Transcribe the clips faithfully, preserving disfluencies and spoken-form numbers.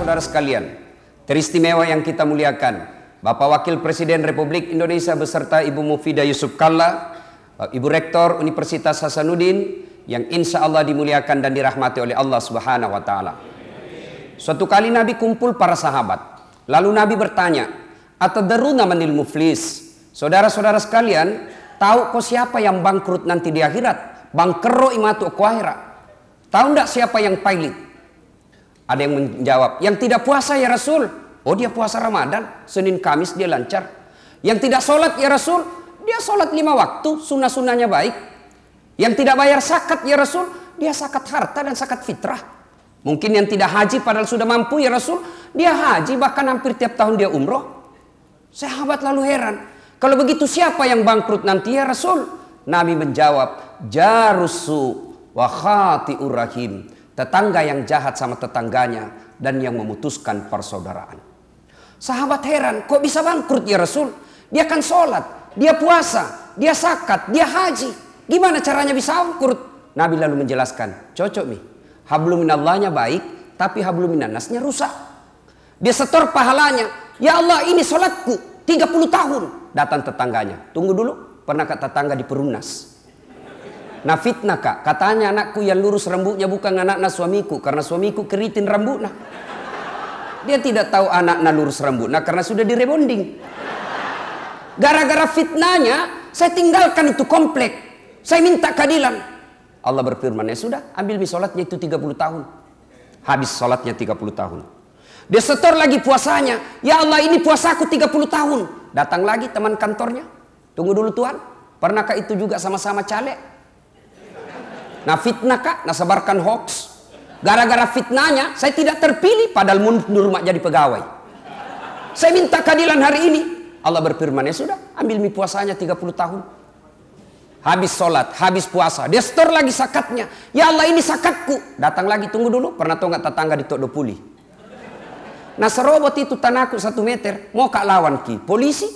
saudara sekalian, teristimewa yang kita muliakan, Bapak Wakil Presiden Republik Indonesia beserta Ibu Mufidah Yusuf Kalla, Ibu Rektor Universitas Hasanuddin yang insya Allah dimuliakan dan dirahmati oleh Allah Subhanahu wa Ta'ala. Suatu kali Nabi kumpul para sahabat, lalu Nabi bertanya, "Atadaruna manil muflis?" Saudara-saudara sekalian, tahu kok siapa yang bangkrut nanti di akhirat? Bangkero imatu ku akhirat. Tahu enggak siapa yang pailit? Ada yang menjawab, yang tidak puasa ya Rasul. Oh, dia puasa Ramadan, Senin Kamis dia lancar. Yang tidak sholat ya Rasul, dia sholat lima waktu, sunnah-sunnahnya baik. Yang tidak bayar zakat ya Rasul, dia zakat harta dan zakat fitrah. Mungkin yang tidak haji padahal sudah mampu ya Rasul, dia haji bahkan hampir tiap tahun dia umroh. Sahabat lalu heran, kalau begitu siapa yang bangkrut nanti ya Rasul? Nabi menjawab, jarusu wa khati'ur rahim. Tetangga yang jahat sama tetangganya dan yang memutuskan persaudaraan. Sahabat heran, kok bisa bangkrut ya Rasul? Dia kan sholat, dia puasa, dia zakat, dia haji. Gimana caranya bisa bangkrut? Nabi lalu menjelaskan, cocok nih. Hablum minallahnya baik, tapi hablum minannasnya rusak. Dia setor pahalanya. Ya Allah, ini sholatku tiga puluh tahun. Datang tetangganya, tunggu dulu, pernah kata tetangga di Perumnas. Nah fitnah kak, katanya anakku yang lurus rambutnya bukan anaknya suamiku, karena suamiku keritin rambutnya. Dia tidak tahu anaknya lurus rambutnya karena sudah direbonding. Gara-gara fitnahnya, saya tinggalkan itu komplek. Saya minta keadilan. Allah berfirman, ya sudah, ambil sholatnya itu tiga puluh tahun. Habis sholatnya tiga puluh tahun. Dia setor lagi puasanya. Ya Allah, ini puasaku tiga puluh tahun. Datang lagi teman kantornya. Tunggu dulu Tuhan, pernahkah itu juga sama-sama caleg? Nah fitnah kak, nah sebarkan hoax. Gara-gara fitnahnya saya tidak terpilih padahal mundur mak jadi pegawai. Saya minta keadilan hari ini. Allah berfirman, ya sudah, ambil mie puasanya tiga puluh tahun. Habis sholat, habis puasa, dia setor lagi zakatnya. Ya Allah, ini zakatku. Datang lagi, tunggu dulu, pernah tahu nggak tetangga di Tok Dopuli? Nah serobot itu tanahku satu meter, mau kak lawan ki polisi.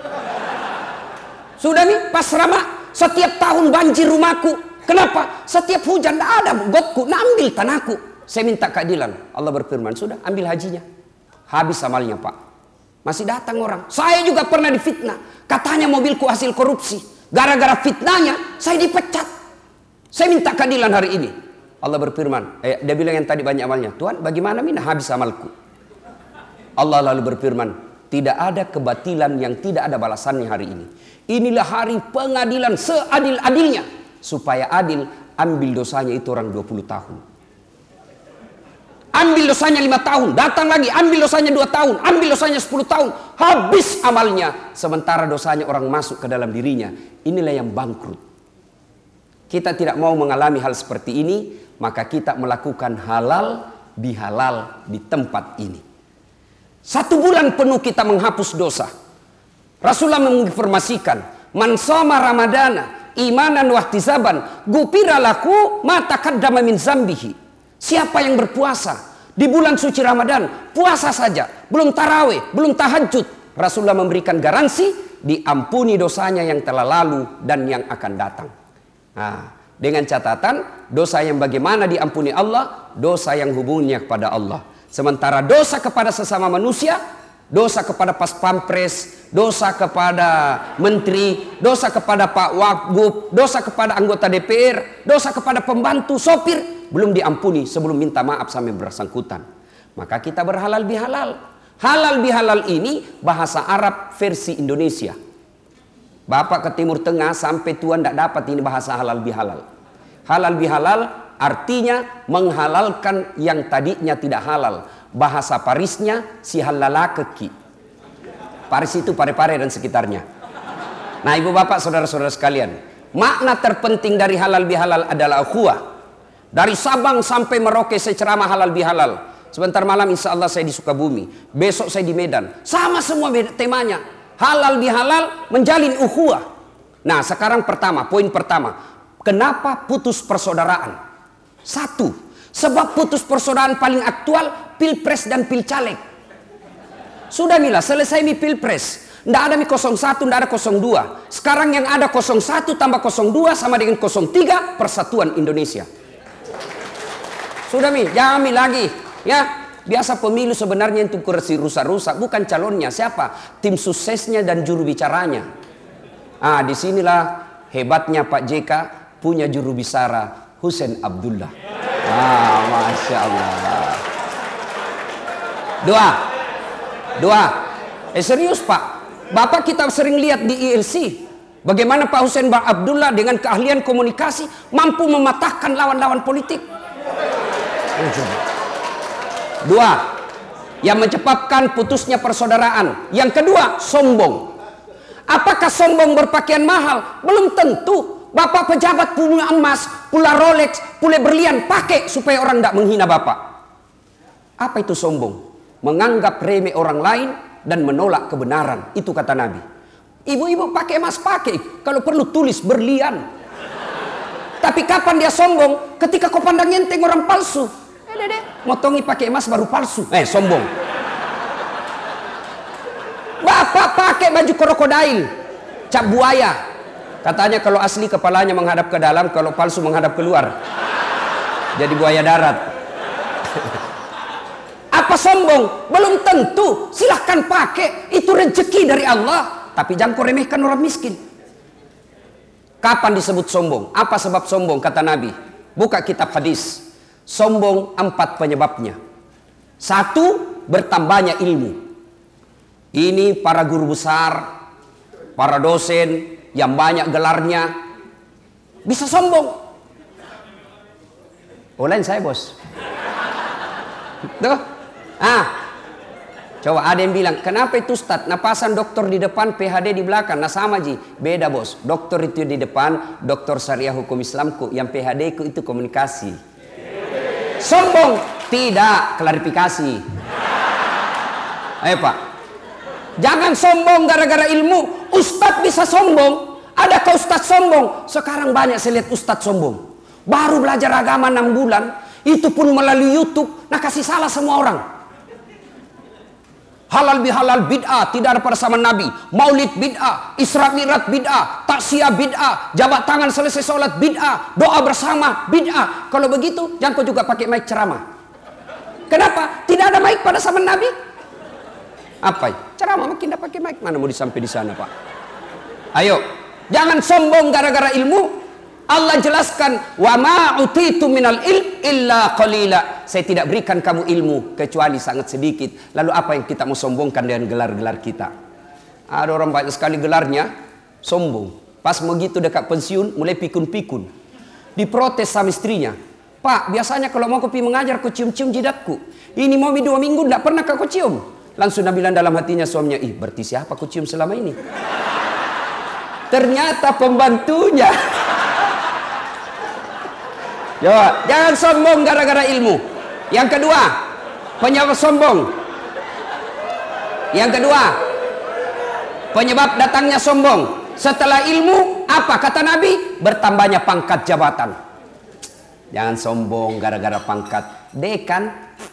Sudah nih pasrama, setiap tahun banjir rumahku. Kenapa? Setiap hujan ada gotku, nah ambil tanahku. Saya minta keadilan. Allah berfirman, sudah ambil hajinya. Habis amalnya pak. Masih datang orang. Saya juga pernah difitnah. Katanya mobilku hasil korupsi. Gara-gara fitnahnya saya dipecat. Saya minta keadilan hari ini. Allah berfirman, eh, dia bilang yang tadi banyak amalnya. Tuhan bagaimana mina habis amalku. Allah lalu berfirman, tidak ada kebatilan yang tidak ada balasannya hari ini. Inilah hari pengadilan seadil-adilnya. Supaya adil, ambil dosanya itu orang dua puluh tahun. Ambil dosanya lima tahun, datang lagi, ambil dosanya dua tahun, ambil dosanya sepuluh tahun. Habis amalnya, sementara dosanya orang masuk ke dalam dirinya. Inilah yang bangkrut. Kita tidak mau mengalami hal seperti ini, maka kita melakukan halal bihalal di tempat ini. Satu bulan penuh kita menghapus dosa. Rasulullah menginformasikan, man shoma ramadana imanan wahtisaban gupira laku ma taqaddama min zambihi. Siapa yang berpuasa di bulan suci Ramadan, puasa saja, belum tarawih, belum tahajud, Rasulullah memberikan garansi diampuni dosanya yang telah lalu dan yang akan datang. Nah, dengan catatan dosa yang bagaimana diampuni Allah, dosa yang hubungannya kepada Allah. Sementara dosa kepada sesama manusia, dosa kepada pas pampres, dosa kepada menteri, dosa kepada Pak Wagub, dosa kepada anggota D P R, dosa kepada pembantu, sopir, belum diampuni sebelum minta maaf sampai bersangkutan. Maka kita berhalal bihalal. Halal bihalal ini bahasa Arab versi Indonesia. Bapak ke Timur Tengah sampai Tuhan tidak dapat ini bahasa halal bihalal. Halal bihalal artinya menghalalkan yang tadinya tidak halal. Bahasa Parisnya si halalakeki. Paris itu Pare-Pare dan sekitarnya. Nah ibu bapak saudara-saudara sekalian, makna terpenting dari halal bihalal adalah ukhuwah. Dari Sabang sampai Merauke saya ceramah halal bihalal. Sebentar malam insya Allah saya di Sukabumi, besok saya di Medan. Sama semua temanya. Halal bihalal menjalin ukhuwah. Nah sekarang pertama, poin pertama, kenapa putus persaudaraan? Satu, sebab putus persaudaraan paling aktual Pilpres dan Pilcaleg. Sudah mila, selesai mi Pilpres. Tidak ada mi nol satu, tidak ada nol dua. Sekarang yang ada nol satu tambah nol dua sama dengan nol tiga, Persatuan Indonesia. Sudah mi, jangan mi lagi. Ya, Biasa pemilu sebenarnya itu kursi rusak-rusak, bukan calonnya. Siapa? Tim suksesnya dan juru bicaranya. Ah, disinilah hebatnya Pak J K punya juru bicara Hussein Abdullah. Ah, Masya Allah. Dua, dua. Eh serius Pak, Bapak kita sering lihat di I L C. Bagaimana Pak Hussein Abdullah dengan keahlian komunikasi mampu mematahkan lawan-lawan politik. Dua, yang menyebabkan putusnya persaudaraan. Yang kedua, sombong. Apakah sombong berpakaian mahal? Belum tentu. Bapak pejabat punya emas, pula Rolex, pula berlian, pakai supaya orang tidak menghina Bapak. Apa itu sombong? Menganggap remeh orang lain dan menolak kebenaran. Itu kata Nabi. Ibu-ibu pakai emas, pakai. Kalau perlu tulis berlian. Tapi kapan dia sombong? Ketika kau pandang enteng orang palsu. Eh dede, motongi pakai emas baru palsu. Eh sombong. Bapak pakai baju krokodil, cap buaya. Katanya kalau asli kepalanya menghadap ke dalam, kalau palsu menghadap keluar. Jadi buaya darat. Apa sombong? Belum tentu. Silahkan pakai. Itu rezeki dari Allah. Tapi jangan kau remehkan orang miskin. Kapan disebut sombong? Apa sebab sombong? Kata Nabi. Buka kitab hadis. Sombong empat penyebabnya. Satu, bertambahnya ilmu. Ini para guru besar, para dosen yang banyak gelarnya bisa sombong. Olain saya bos. Tuh. Ah. Coba ada yang bilang, kenapa itu Ustaz? Napasan dokter di depan, P H D di belakang. Nah sama Ji, beda bos. Dokter itu di depan, dokter syariah hukum Islamku. Yang P H D ku itu komunikasi. Sombong? Tidak, klarifikasi. Ayo Pak. Jangan sombong gara-gara ilmu. Ustaz bisa sombong. Adakah Ustaz sombong? Sekarang banyak saya lihat Ustaz sombong. Baru belajar agama enam bulan. Itu pun melalui YouTube. Nah kasih salah semua orang. Halal bihalal bid'ah, tidak ada pada zaman Nabi. Maulid bid'ah, Isra Mi'raj bid'ah, taksiyah bid'ah, jabat tangan selesai sholat bid'ah, doa bersama bid'ah. Kalau begitu, jangan kau juga pakai mic ceramah. Kenapa? Tidak ada mic pada zaman Nabi. Apa? Ceramah makin tidak pakai mic. Mana mau disampai di sana Pak? Ayo, jangan sombong gara-gara ilmu. Allah jelaskan, wa ma utitu minal ilm illa qalila. Saya tidak berikan kamu ilmu kecuali sangat sedikit. Lalu apa yang kita mau sombongkan dengan gelar-gelar kita? Ada orang banyak sekali gelarnya sombong. Pas begitu dekat pensiun mulai pikun-pikun. Diprotes sama istrinya. Pak, biasanya kalau mau kopi mengajar kau cium-cium jidatku. Ini mau dua minggu tidak pernah kau cium. Langsung dia bilang dalam hatinya suaminya, ih berarti siapa kau cium selama ini? Ternyata pembantunya. Jawab, jangan sombong gara-gara ilmu. Yang kedua, penyebab sombong. Yang kedua, penyebab datangnya sombong. Setelah ilmu, apa kata Nabi? Bertambahnya pangkat jabatan. Jangan sombong gara-gara pangkat. Dekan,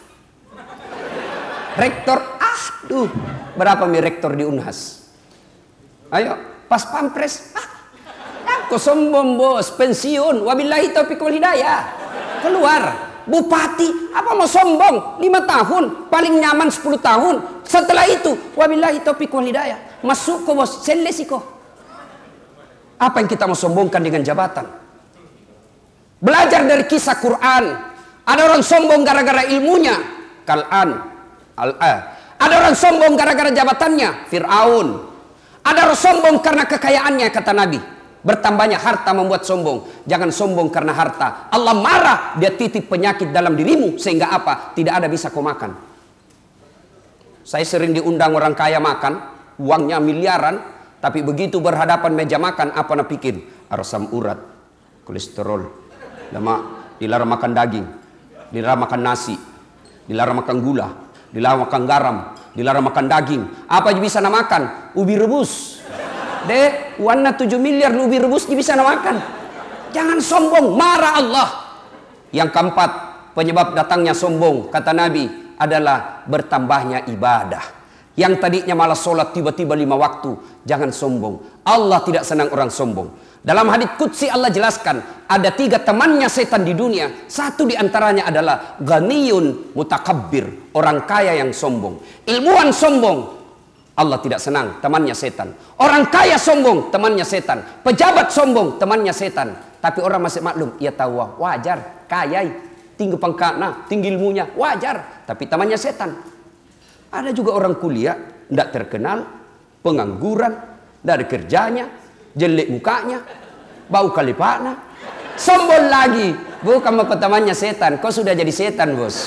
rektor, aduh, berapa mi rektor di Unhas? Ayo, pas pampres, ah. Kau sombong bos, pensiun, wabillahi taufiq wal hidayah. Keluar. Bupati, apa mau sombong? lima tahun, paling nyaman sepuluh tahun. Setelah itu, wabillahi taufiq wal hidayah. Masuk kau bos, selesiko. Apa yang kita mau sombongkan dengan jabatan? Belajar dari kisah Quran. Ada orang sombong gara-gara ilmunya. Kal'an. Al-ah. Ada orang sombong gara-gara jabatannya. Fir'aun. Ada orang sombong karena kekayaannya, kata Nabi. Bertambahnya harta membuat sombong. Jangan sombong karena harta. Allah marah, dia titip penyakit dalam dirimu. Sehingga apa? Tidak ada bisa kau makan. Saya sering diundang orang kaya makan. Uangnya miliaran. Tapi begitu berhadapan meja makan, apa nak pikir? Asam urat, kolesterol, lemak. Dilarang makan daging. Dilarang makan nasi. Dilarang makan gula. Dilarang makan garam. Dilarang makan daging. Apa yang bisa nak makan? Ubi rebus. Dek, warna tujuh miliar ubi rebus bisa nak makan. Jangan sombong, marah Allah. Yang keempat, penyebab datangnya sombong, kata Nabi, adalah bertambahnya ibadah. Yang tadinya malah sholat tiba-tiba lima waktu. Jangan sombong. Allah tidak senang orang sombong. Dalam hadits qudsi Allah jelaskan, ada tiga temannya setan di dunia. Satu di antaranya adalah ghaniyun mutakabbir, orang kaya yang sombong. Ilmuwan sombong, Allah tidak senang, temannya setan. Orang kaya sombong, temannya setan. Pejabat sombong, temannya setan. Tapi orang masih maklum, ia tahu wajar, kaya, tinggi pangkatnya, tinggi ilmunya, wajar. Tapi temannya setan. Ada juga orang kuliah, tidak terkenal, pengangguran, tidak ada kerjanya, jelek mukanya, bau kalipana, sombong lagi. Bukan mau ke temannya setan, kau sudah jadi setan, bos.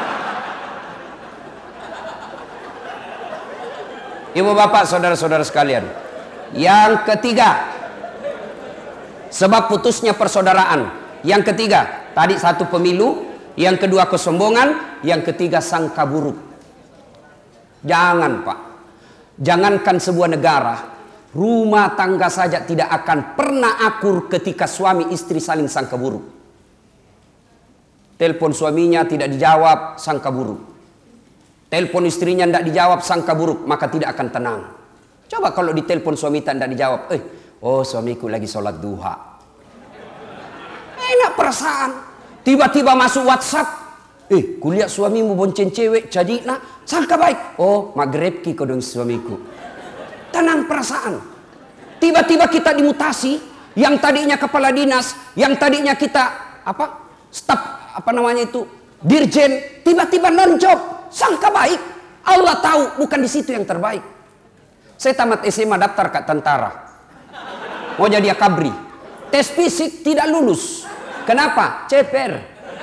Ibu bapak, saudara-saudara sekalian, yang ketiga, sebab putusnya persaudaraan. Yang ketiga, tadi satu pemilu, yang kedua kesombongan, yang ketiga sangka buruk. Jangan pak, jangankan sebuah negara, rumah tangga saja tidak akan pernah akur ketika suami istri saling sangka buruk. Telepon suaminya tidak dijawab, sangka buruk. Telepon istrinya tidak dijawab, sangka buruk, maka tidak akan tenang. Coba kalau ditelepon suami tidak dijawab, eh, oh suamiku lagi sholat duha. Enak perasaan. Tiba-tiba masuk WhatsApp, eh, kuliah suamimu bonceng cewek, jadi nak, sangka baik. Oh, maghrib ki kodong suamiku. Tenang perasaan. Tiba-tiba kita dimutasi, yang tadinya kepala dinas, yang tadinya kita apa? Staf apa namanya itu? Dirjen, tiba-tiba non-job. Sangka baik. Allah tahu bukan di situ yang terbaik. Saya tamat S M A daftar ke tentara. Mau jadi akabri. Tes fisik tidak lulus. Kenapa? Ceper.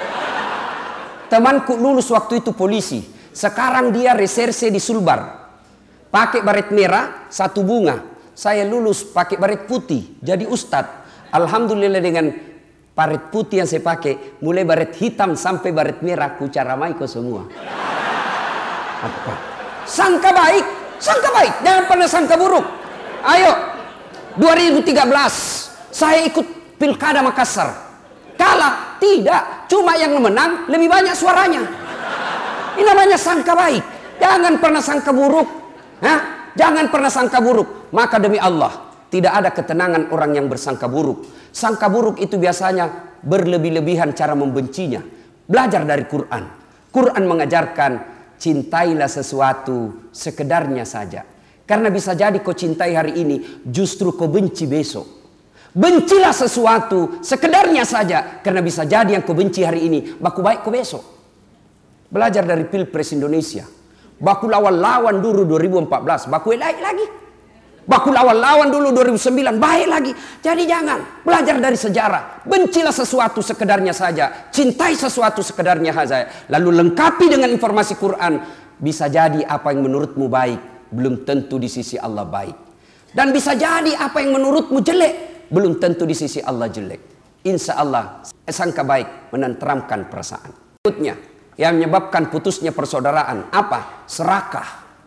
Temanku lulus waktu itu polisi. Sekarang dia reserse di Sulbar. Pakai baret merah, satu bunga. Saya lulus pakai baret putih. Jadi ustadz. Alhamdulillah dengan baret putih yang saya pakai. Mulai baret hitam sampai baret merah. Ku caramai kau semua. Apa? Sangka baik, sangka baik, jangan pernah sangka buruk. Ayo, dua ribu tiga belas saya ikut Pilkada Makassar. Kalah, tidak, cuma yang menang lebih banyak suaranya. Ini namanya sangka baik. Jangan pernah sangka buruk. Hah? Jangan pernah sangka buruk. Maka demi Allah, tidak ada ketenangan orang yang bersangka buruk. Sangka buruk itu biasanya berlebih-lebihan cara membencinya. Belajar dari Quran. Quran mengajarkan, cintailah sesuatu sekedarnya saja. Karena bisa jadi kau cintai hari ini, justru kau benci besok. Bencilah sesuatu sekedarnya saja. Karena bisa jadi yang kau benci hari ini, baku baik kau besok. Belajar dari Pilpres Indonesia. Baku lawan-lawan dulu dua ribu empat belas, baku baik lagi. Baku lawan-lawan dulu dua ribu sembilan, baik lagi. Jadi jangan, belajar dari sejarah. Bencilah sesuatu sekedarnya saja. Cintai sesuatu sekedarnya saja. Lalu lengkapi dengan informasi Quran. Bisa jadi apa yang menurutmu baik, belum tentu di sisi Allah baik. Dan bisa jadi apa yang menurutmu jelek, belum tentu di sisi Allah jelek. Insya Allah, sangka baik menenteramkan perasaan. Berikutnya, yang menyebabkan putusnya persaudaraan, apa? Serakah.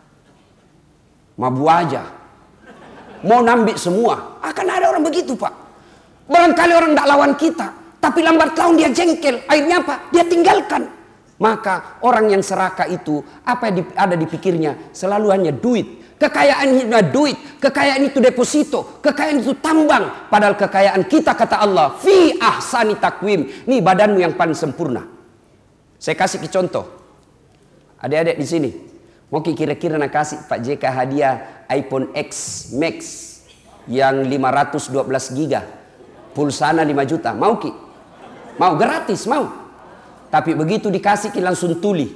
Mabu aja. Mau nambik semua. Akan ada orang begitu pak. Barangkali orang tidak lawan kita, tapi lambat laun dia jengkel. Akhirnya apa? Dia tinggalkan. Maka orang yang serakah itu, apa yang ada di pikirnya? Selalu hanya duit. Kekayaan itu duit. Kekayaan itu deposito. Kekayaan itu tambang. Padahal kekayaan kita, kata Allah, fi ahsani takwim. Nih badanmu yang paling sempurna. Saya kasih contoh. Adik-adik di sini. Mau kira-kira nak kasih Pak J K hadiah iPhone X Max yang lima ratus dua belas giga, pulsana lima juta, mau ki? Mau gratis, mau. Tapi begitu dikasih ki langsung tuli.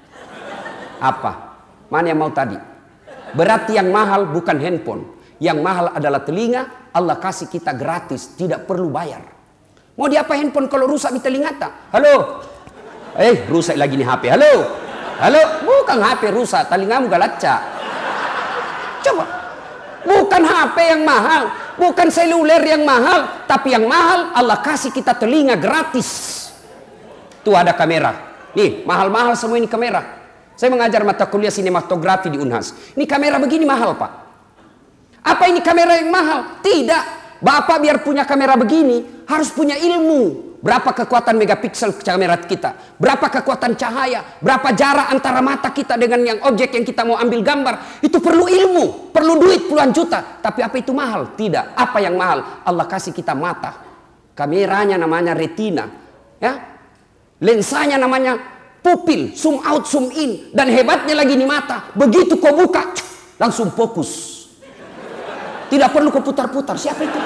Apa? Mana yang mau tadi? Berarti yang mahal bukan handphone. Yang mahal adalah telinga. Allah kasih kita gratis, tidak perlu bayar. Mau diapa handphone kalau rusak di telinga tak? Halo? Eh, rusak lagi nih H P. Halo? Halo, bukan H P rusak, telingamu galacak. Coba, bukan H P yang mahal, bukan seluler yang mahal, tapi yang mahal Allah kasih kita telinga gratis. Tuh ada kamera, nih mahal-mahal semua ini kamera. Saya mengajar mata kuliah sinematografi di Unhas. Ini kamera begini mahal pak. Apa ini kamera yang mahal? Tidak. Bapak biar punya kamera begini harus punya ilmu. Berapa kekuatan megapiksel kamera kita? Berapa kekuatan cahaya? Berapa jarak antara mata kita dengan yang objek yang kita mau ambil gambar? Itu perlu ilmu, perlu duit puluhan juta. Tapi apa itu mahal? Tidak. Apa yang mahal? Allah kasih kita mata. kameranya namanya retina, ya, lensanya namanya pupil, zoom out, zoom in, dan hebatnya lagi di mata. Begitu kau buka, langsung fokus. Tidak perlu kau putar-putar. Siapa itu?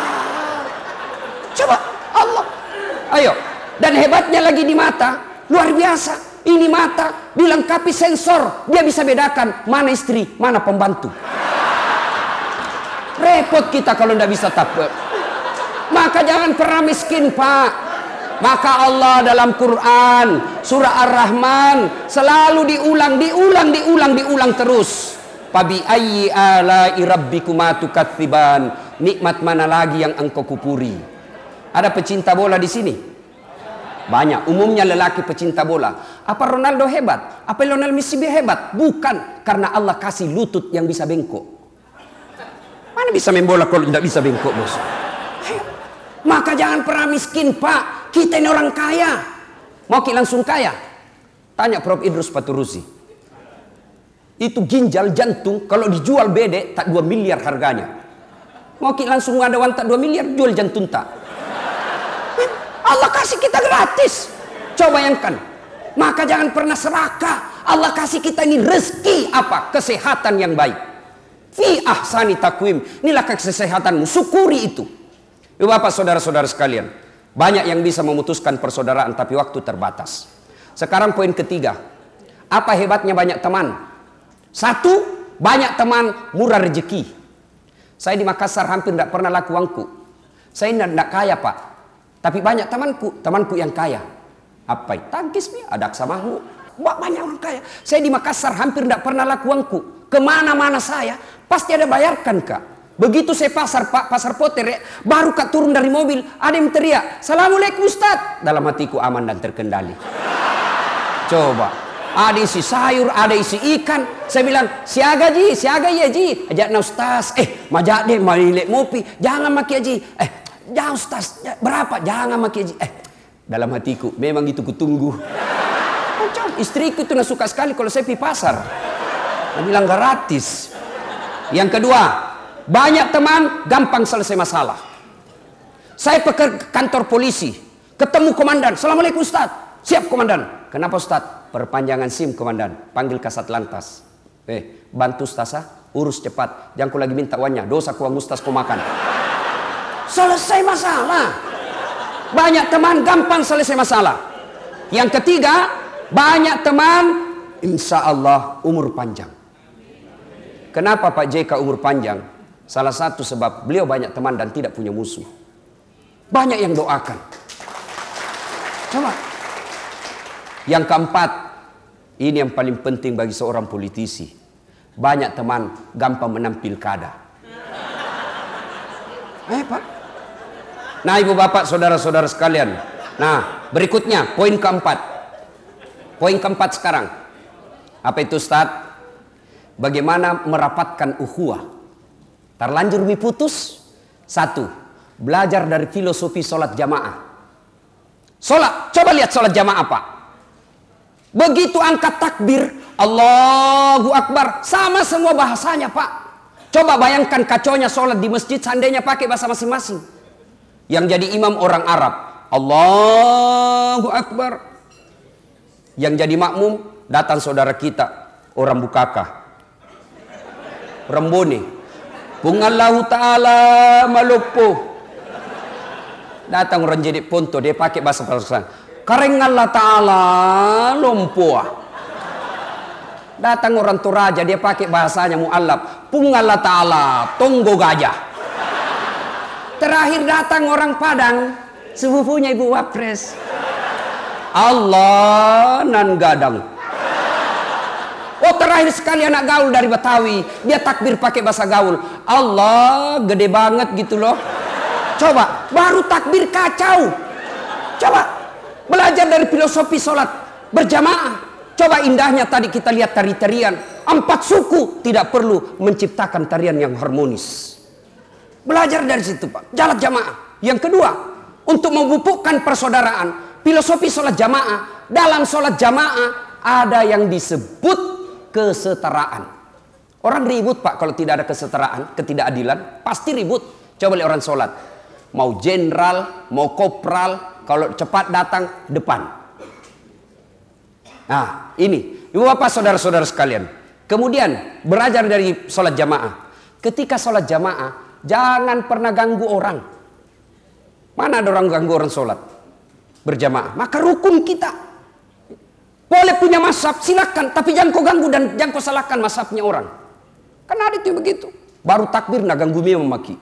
Coba Allah. Ayo. Dan hebatnya lagi di mata, luar biasa. Ini mata dilengkapi sensor, dia bisa bedakan mana istri, mana pembantu. Repot kita kalau tidak bisa takbir. Maka jangan pernah miskin, Pak. Maka Allah dalam Quran surah Ar-Rahman selalu diulang, diulang, diulang, diulang terus. Fabi ayyi ala'i rabbikuma tukatsiban. Nikmat mana lagi yang engkau kupuri? Ada pecinta bola di sini? Banyak, umumnya lelaki pecinta bola. Apa Ronaldo hebat? Apa Lionel Messi hebat? Bukan, karena Allah kasih lutut yang bisa bengkok. Mana bisa main bola kalau tidak bisa bengkok, bos? Maka jangan pernah miskin, Pak. Kita ini orang kaya. Mau kita langsung kaya? Tanya Prof Idrus Paturusi. Itu ginjal jantung kalau dijual bede tak dua miliar harganya. Mau kita langsung ngadawan tak dua miliar, jual jantung tak. Allah kasih kita gratis. Coba bayangkan. Maka jangan pernah serakah. Allah kasih kita ini rezeki apa? Kesehatan yang baik. Fi ahsani takwim. Inilah kesehatanmu. Syukuri itu. Bapak saudara-saudara sekalian. Banyak yang bisa memutuskan persaudaraan tapi waktu terbatas. Sekarang poin ketiga. Apa hebatnya banyak teman? Satu, banyak teman murah rezeki. Saya di Makassar hampir tidak pernah laku uangku. Saya tidak kaya, Pak. Tapi banyak temanku, temanku yang kaya. Apa itu? Tangkis nih, ada aksamahu. Banyak orang kaya. Saya di Makassar hampir tidak pernah laku uangku. Kemana-mana saya, pasti ada bayarkan, Kak. Begitu saya pasar, Pak, pasar Poter, ya, baru Kak turun dari mobil, ada yang teriak, "Assalamualaikum Ustaz." Dalam hatiku aman dan terkendali. Coba, ada isi sayur, ada isi ikan. Saya bilang, "Siaga ji, siaga ya ji." Ajakna Ustaz, eh, majak deh, malilek mopi. Jangan maki ji. Eh, jangan Ustaz, berapa? Jangan maki ji. Eh, dalam hatiku, memang itu kutunggu. Macam istriku itu suka sekali kalau saya pergi pasar. Dia bilang gratis. Yang kedua, banyak teman gampang selesai masalah. Saya pergi kantor polisi, ketemu komandan. "Assalamualaikum Ustaz." "Siap komandan." "Kenapa Ustaz?" "Perpanjangan SIM komandan." "Panggil kasat lantas." "Eh, bantu Ustaz, urus cepat. Jangan ku lagi minta uangnya. Dosa ku uang Ustaz ku makan." Selesai masalah. Banyak teman gampang selesai masalah. Yang ketiga, banyak teman insya Allah umur panjang. Kenapa Pak J K umur panjang? Salah satu sebab beliau banyak teman dan tidak punya musuh. Banyak yang doakan. Coba. Yang keempat, ini yang paling penting bagi seorang politisi. Banyak teman gampang menang pilkada. Eh Pak. Nah ibu bapak saudara-saudara sekalian. Nah berikutnya poin keempat. Poin keempat sekarang. Apa itu Ustaz? Bagaimana merapatkan ukhuwah. Terlanjur diputus. Satu, belajar dari filosofi sholat jamaah. Sholat, coba lihat sholat jamaah Pak. Begitu angkat takbir, Allahu Akbar, sama semua bahasanya Pak. Coba bayangkan kacaunya sholat di masjid, seandainya pakai bahasa masing-masing. Yang jadi imam orang Arab, Allahu Akbar. Yang jadi makmum, datang saudara kita, orang Bukaka, Rembone, Bungallahu Ta'ala Malupo. Datang orang jadi ponto, dia pakai bahasa Persian, Kareng Allah Ta'ala Lompua. Datang orang Toraja, dia pakai bahasanya mu'allab, Pungallah Ta'ala Tonggo Gajah. Terakhir datang orang Padang, sepupunya Ibu Wapres, Allah nan gadang. Oh terakhir sekali anak gaul dari Betawi, dia takbir pakai bahasa gaul, Allah gede banget gitu loh. Coba, baru takbir kacau. Coba, belajar dari filosofi sholat berjamaah. Coba indahnya tadi kita lihat tari-tarian. Empat suku tidak perlu menciptakan tarian yang harmonis. Belajar dari situ Pak, jalan jamaah. Yang kedua, untuk memupukkan persaudaraan, filosofi sholat jamaah. Dalam sholat jamaah ada yang disebut kesetaraan. Orang ribut Pak kalau tidak ada kesetaraan, ketidakadilan, pasti ribut. Coba lihat orang sholat. mau jenderal, mau kopral, kalau cepat datang depan. Nah, ini ibu bapak saudara-saudara sekalian. Kemudian belajar dari sholat jamaah. Ketika sholat jamaah, jangan pernah ganggu orang. Mana ada orang ganggu orang sholat berjamaah? Maka rukun kita. Boleh punya mazhab, silakan, tapi jangan kau ganggu dan jangan kau salahkan mazhabnya orang. Karena ada itu begitu. Baru takbir nak ganggu dia memaki.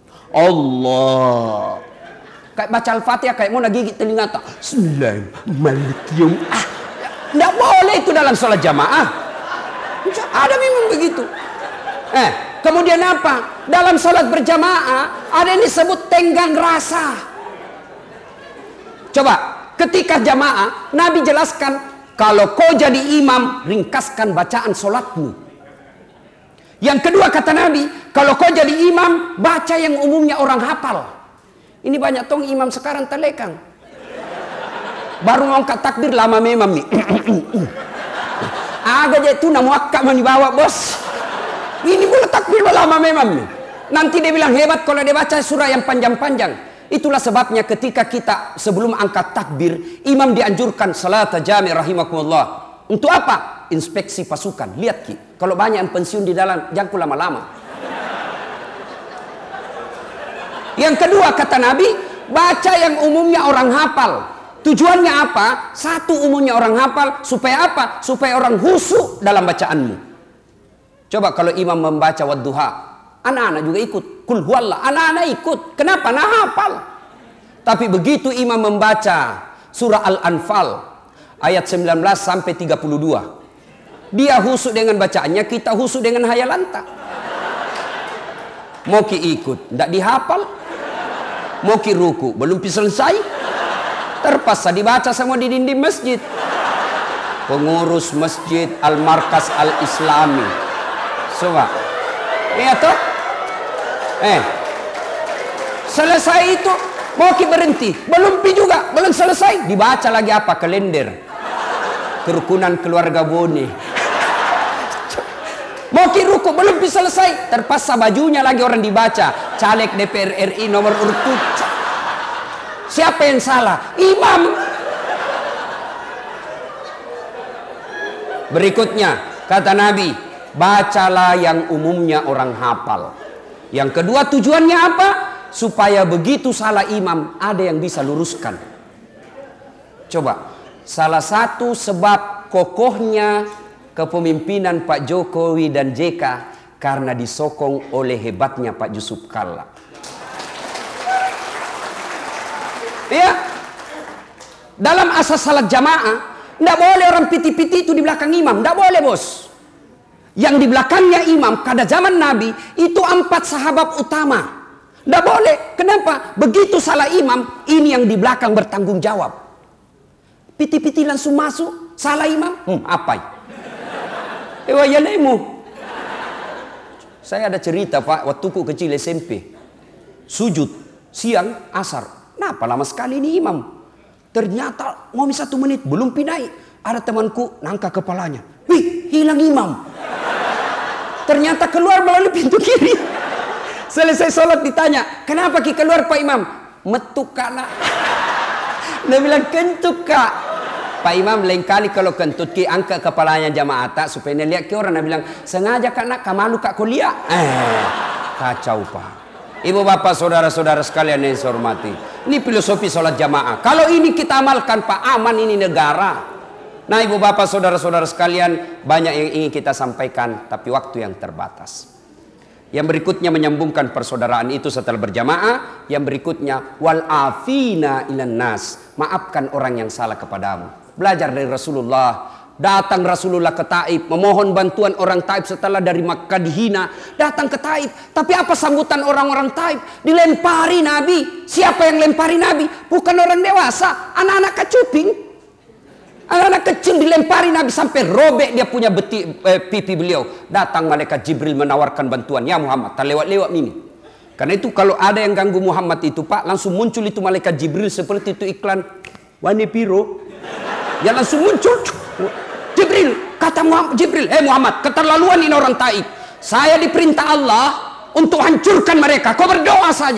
Allah. Kayak baca Al-Fatihah kayak mau nak gigit telinga tak. Sembilan Malikium. Ah, tidak boleh itu dalam sholat jamaah. Ada memang begitu. Eh, kemudian apa? Dalam sholat berjamaah ada yang disebut tenggang rasa. Coba, ketika jamaah Nabi jelaskan, kalau kau jadi imam, ringkaskan bacaan sholatmu. Yang kedua kata Nabi, kalau kau jadi imam, baca yang umumnya orang hafal. Ini banyak tong imam sekarang telekang. Baru ngangkat takbir lama memang nih. Agak aja itu namu akak mau dibawa bos. Ini boleh takbir lama memang nih. Nanti dia bilang hebat kalau dia baca surah yang panjang-panjang. Itulah sebabnya ketika kita sebelum angkat takbir, imam dianjurkan salat jami' rahimakumullah. Untuk apa? Inspeksi pasukan. Lihat ki, kalau banyak yang pensiun di dalam, jangan lama-lama. Yang kedua kata Nabi, baca yang umumnya orang hafal. Tujuannya apa? Satu, umumnya orang hafal. Supaya apa? Supaya orang khusyuk dalam bacaanmu. Coba kalau imam membaca wadduha, anak-anak juga ikut. Kul huwallah, anak-anak ikut. Kenapa? Nah hafal. Tapi begitu imam membaca surah Al-Anfal ayat sembilan belas sampai tiga puluh dua, dia khusyuk dengan bacaannya, kita khusyuk dengan hayalanta. Mau ki ikut, tidak dihafal. Mau ki ruku, belum selesai, terpaksa dibaca sama di dinding masjid. Pengurus masjid Al-Markas Al-Islami. Coba. Iya toh? Eh, selesai itu mau ki berhenti, belum pi juga, belum selesai, dibaca lagi apa? Kalender kerukunan keluarga Bone. Mau ki ruku, belum pi selesai, terpaksa bajunya lagi orang dibaca, caleg D P R R I nomor urut tujuh. Siapa yang salah? Imam. Berikutnya kata Nabi, bacalah yang umumnya orang hafal. Yang kedua tujuannya apa? Supaya begitu salah imam ada yang bisa luruskan. Coba, salah satu sebab kokohnya kepemimpinan Pak Jokowi dan J K karena disokong oleh hebatnya Pak Yusuf Kalla. Ya, dalam asas salat jamaah tidak boleh orang piti-piti itu di belakang imam, tidak boleh bos. Yang di belakangnya imam pada zaman Nabi itu empat sahabat utama. Tidak boleh. Kenapa? Begitu salah imam, ini yang di belakang bertanggung jawab. Piti-piti langsung masuk, salah imam, hmm, apa? Ewa ya lemu. Saya ada cerita Pak, waktu ku kecil S M P. Sujud, siang, asar. Kenapa lama sekali ini imam? Ternyata mau satu menit, belum pinai. Ada temanku nangka kepalanya. Wih, hilang imam. Ternyata keluar melalui pintu kiri. Selesai sholat ditanya, kenapa ki keluar Pak Imam? Metuk kana. Dia bilang kentut kak. Pak Imam lain kali kalau kentut ki angkat kepalanya jamaah tak supaya dia lihat ki orang. Dia bilang sengaja kak nak kamalu kak kuliah. Eh kacau Pak. Ibu bapak saudara-saudara sekalian yang saya hormati. Ini filosofi sholat jamaah. Kalau ini kita amalkan Pak, aman ini negara. Nah ibu bapak saudara-saudara sekalian, banyak yang ingin kita sampaikan tapi waktu yang terbatas. Yang berikutnya menyambungkan persaudaraan itu setelah berjamaah. Yang berikutnya wal afina ilan nas, maafkan orang yang salah kepadamu. Belajar dari Rasulullah. Datang Rasulullah ke Taif, memohon bantuan orang Taif setelah dari Makkah dihina. Datang ke Taif, tapi apa sambutan orang-orang Taif? Dilempari Nabi. Siapa yang lempari Nabi? Bukan orang dewasa, anak-anak kacuping. Anak-anak kecil dilempari Nabi sampai robek dia punya beti, eh, pipi beliau. Datang malaikat Jibril menawarkan bantuan. Ya Muhammad, tak lewat-lewat ini. Karena itu kalau ada yang ganggu Muhammad itu Pak, langsung muncul itu malaikat Jibril seperti itu iklan Wani Piro. Ya langsung muncul. Jibril, kata Muhammad, Jibril, eh Muhammad, keterlaluan ini orang Taif. Saya diperintah Allah untuk hancurkan mereka. Kau berdoa saja.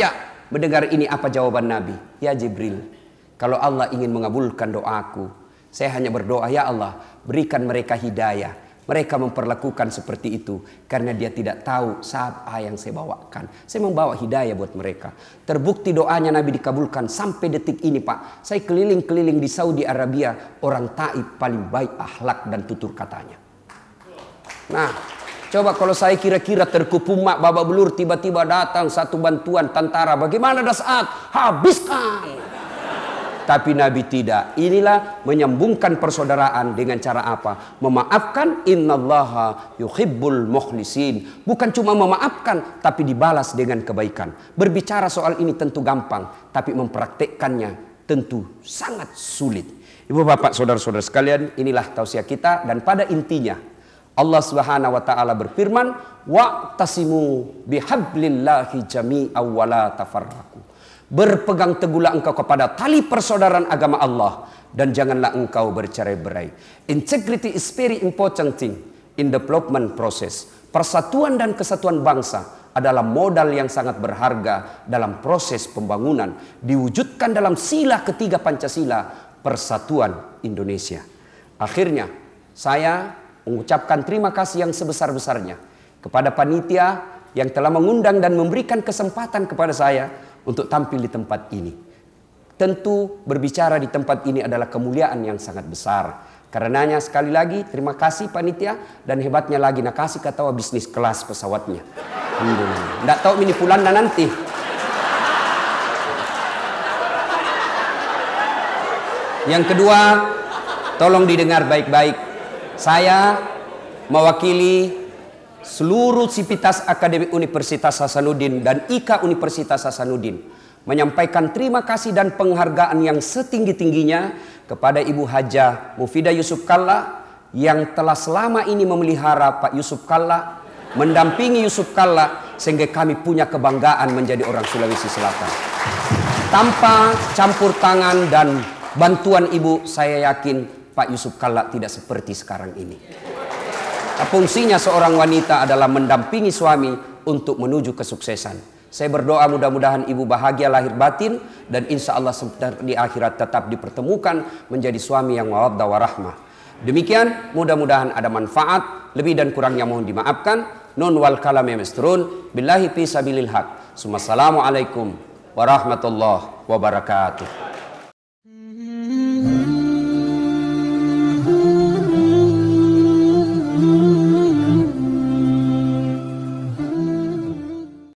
mendengar ini apa jawaban Nabi? Ya Jibril, kalau Allah ingin mengabulkan doaku, saya hanya berdoa, ya Allah, berikan mereka hidayah. Mereka memperlakukan seperti itu karena dia tidak tahu apa yang saya bawakan. Saya membawa hidayah buat mereka. Terbukti doanya Nabi dikabulkan sampai detik ini, Pak. Saya keliling-keliling di Saudi Arabia, orang Taif paling baik akhlak dan tutur katanya. Nah, coba kalau saya kira-kira terkupumak babak belur, tiba-tiba datang satu bantuan tentara, bagaimana Das'ad? Habiskan! Tapi Nabi tidak. Inilah menyambungkan persaudaraan dengan cara apa? Memaafkan. Innallaha yuhibbul mukhlisin. Bukan cuma memaafkan, tapi dibalas dengan kebaikan. Berbicara soal ini tentu gampang, tapi mempraktekkannya tentu sangat sulit. Ibu bapak saudara-saudara sekalian, inilah tausiah kita. Dan pada intinya Allah Subhanahu wa taala berfirman, wa'tasimu bihablillahi jami'an wa la tafarraqu. Berpegang teguhlah engkau kepada tali persaudaraan agama Allah dan janganlah engkau bercerai-berai. Integrity is very important thing in development process. Persatuan dan kesatuan bangsa adalah modal yang sangat berharga dalam proses pembangunan, diwujudkan dalam sila ketiga Pancasila, persatuan Indonesia. Akhirnya saya mengucapkan terima kasih yang sebesar-besarnya kepada panitia yang telah mengundang dan memberikan kesempatan kepada saya untuk tampil di tempat ini. Tentu berbicara di tempat ini adalah kemuliaan yang sangat besar. Karenanya sekali lagi terima kasih panitia, dan hebatnya lagi nak kasih ketawa bisnis kelas pesawatnya. Alhamdulillah. Nggak tahu ini pulangnya nanti. Yang kedua, tolong didengar baik-baik. Saya mewakili seluruh Sivitas Akademik Universitas Hasanuddin dan I K A Universitas Hasanuddin menyampaikan terima kasih dan penghargaan yang setinggi-tingginya kepada Ibu Hajah Mufidah Yusuf Kalla yang telah selama ini memelihara Pak Yusuf Kalla, mendampingi Yusuf Kalla sehingga kami punya kebanggaan menjadi orang Sulawesi Selatan. Tanpa campur tangan dan bantuan Ibu, saya yakin Pak Yusuf Kalla tidak seperti sekarang ini. Fungsinya seorang wanita adalah mendampingi suami untuk menuju kesuksesan. Saya berdoa mudah-mudahan ibu bahagia lahir batin dan insya Allah di akhirat tetap dipertemukan menjadi suami yang mawaddah warahmah. Demikian, mudah-mudahan ada manfaat. Lebih dan kurangnya mohon dimaafkan. Nun wal kalam yamesturun. Billahi fi sabilil haq. Assalamualaikum warahmatullahi wabarakatuh.